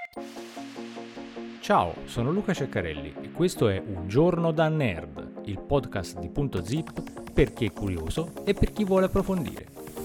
Ciao, sono Luca Ceccarelli e questo è Un giorno da nerd, il podcast di Punto Zip per chi è curioso e per chi vuole approfondire.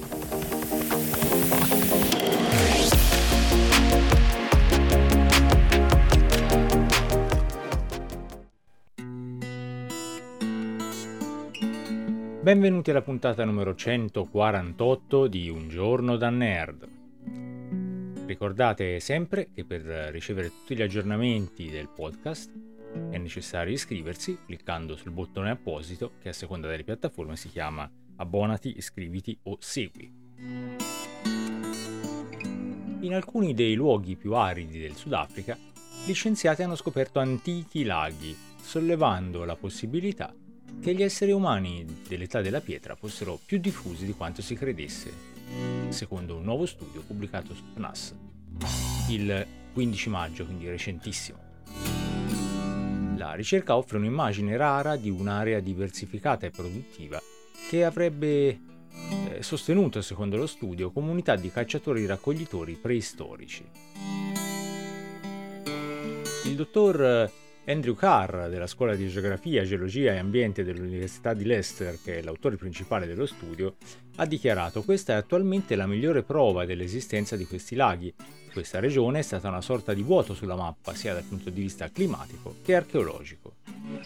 Benvenuti alla puntata numero 148 di Un giorno da nerd. Ricordate sempre che per ricevere tutti gli aggiornamenti del podcast è necessario iscriversi cliccando sul bottone apposito che a seconda delle piattaforme si chiama abbonati, iscriviti o segui. In alcuni dei luoghi più aridi del Sudafrica, gli scienziati hanno scoperto antichi laghi, sollevando la possibilità che gli esseri umani dell'età della pietra fossero più diffusi di quanto si credesse, secondo un nuovo studio pubblicato su PNAS il 15 maggio, quindi recentissimo. La ricerca offre un'immagine rara di un'area diversificata e produttiva che avrebbe sostenuto, secondo lo studio, comunità di cacciatori-raccoglitori preistorici. Il dottor Andrew Carr, della Scuola di Geografia, Geologia e Ambiente dell'Università di Leicester, che è l'autore principale dello studio, ha dichiarato: questa è attualmente la migliore prova dell'esistenza di questi laghi. Questa regione è stata una sorta di vuoto sulla mappa, sia dal punto di vista climatico che archeologico.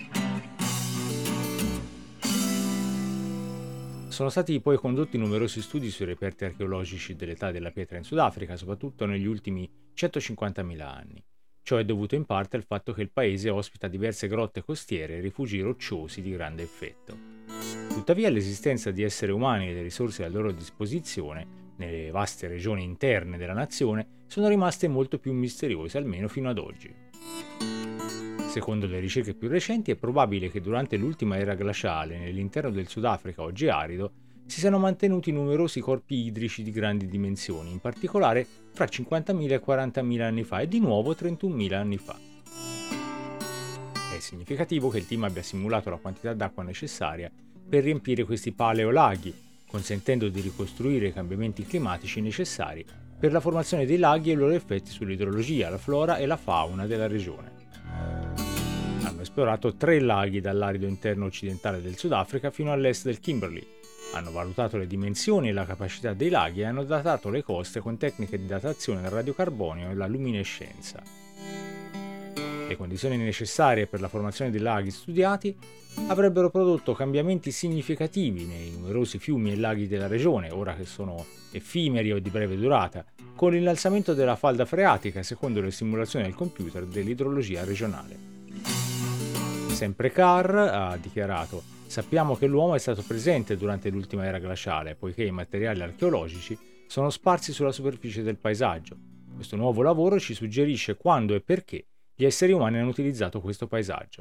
Sono stati poi condotti numerosi studi sui reperti archeologici dell'età della pietra in Sudafrica, soprattutto negli ultimi 150.000 anni. Ciò è dovuto in parte al fatto che il paese ospita diverse grotte costiere e rifugi rocciosi di grande effetto. Tuttavia l'esistenza di esseri umani e le risorse a loro disposizione nelle vaste regioni interne della nazione sono rimaste molto più misteriose, almeno fino ad oggi. Secondo le ricerche più recenti è probabile che durante l'ultima era glaciale nell'interno del Sudafrica oggi arido si siano mantenuti numerosi corpi idrici di grandi dimensioni, in particolare fra 50.000 e 40.000 anni fa e di nuovo 31.000 anni fa. È significativo che il team abbia simulato la quantità d'acqua necessaria per riempire questi paleolaghi, consentendo di ricostruire i cambiamenti climatici necessari per la formazione dei laghi e i loro effetti sull'idrologia, la flora e la fauna della regione. Hanno esplorato 3 laghi dall'arido interno occidentale del Sudafrica fino all'est del Kimberley. Hanno valutato le dimensioni e la capacità dei laghi e hanno datato le coste con tecniche di datazione al radiocarbonio e la luminescenza. Le condizioni necessarie per la formazione dei laghi studiati avrebbero prodotto cambiamenti significativi nei numerosi fiumi e laghi della regione, ora che sono effimeri o di breve durata, con l'innalzamento della falda freatica secondo le simulazioni del computer dell'idrologia regionale. Sempre Carr ha dichiarato: sappiamo che l'uomo è stato presente durante l'ultima era glaciale, poiché i materiali archeologici sono sparsi sulla superficie del paesaggio. Questo nuovo lavoro ci suggerisce quando e perché gli esseri umani hanno utilizzato questo paesaggio.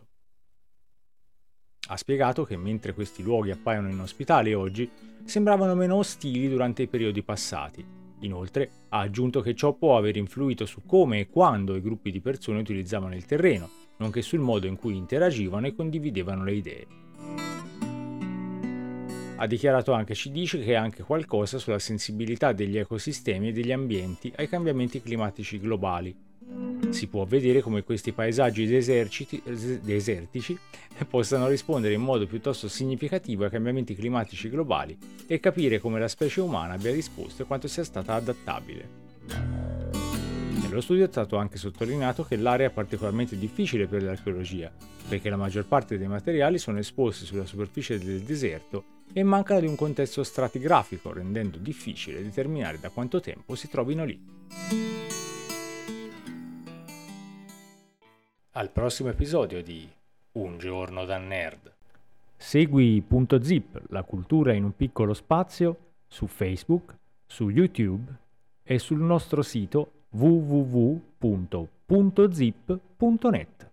Ha spiegato che mentre questi luoghi appaiono inospitali oggi, sembravano meno ostili durante i periodi passati. Inoltre, ha aggiunto che ciò può aver influito su come e quando i gruppi di persone utilizzavano il terreno, nonché sul modo in cui interagivano e condividevano le idee. Ha dichiarato anche: ci dice che è anche qualcosa sulla sensibilità degli ecosistemi e degli ambienti ai cambiamenti climatici globali. Si può vedere come questi paesaggi desertici possano rispondere in modo piuttosto significativo ai cambiamenti climatici globali e capire come la specie umana abbia risposto e quanto sia stata adattabile. Nello studio è stato anche sottolineato che l'area è particolarmente difficile per l'archeologia, perché la maggior parte dei materiali sono esposti sulla superficie del deserto e mancano di un contesto stratigrafico, rendendo difficile determinare da quanto tempo si trovino lì. Al prossimo episodio di Un giorno da nerd. Segui Punto Zip, la cultura in un piccolo spazio, su Facebook, su YouTube e sul nostro sito www.puntozip.net.